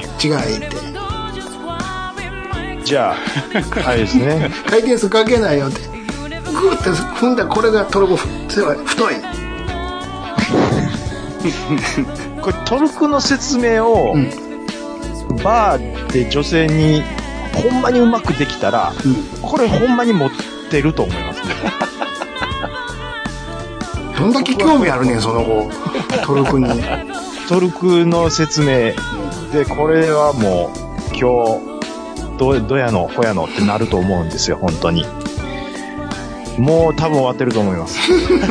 じゃあ、あれですね。 回転数かけないよって。グーって踏んだこれがトルク強い、太い。 これトルクの説明を、バーで女性にほんまにうまくできたら、これほんまに持ってると思いますね。 どんだけ興味あるねん、その子。トルクに。 トルクの説明。で、これはもう、今日、どやの、ほやのってなると思うんですよ、本当に。もう多分終わってると思います。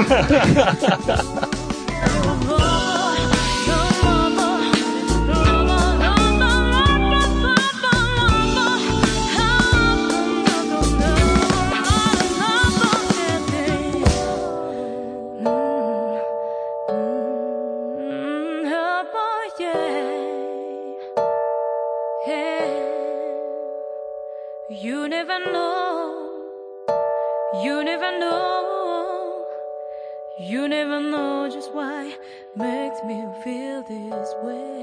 You never know, you never know, you never know just why makes me feel this way.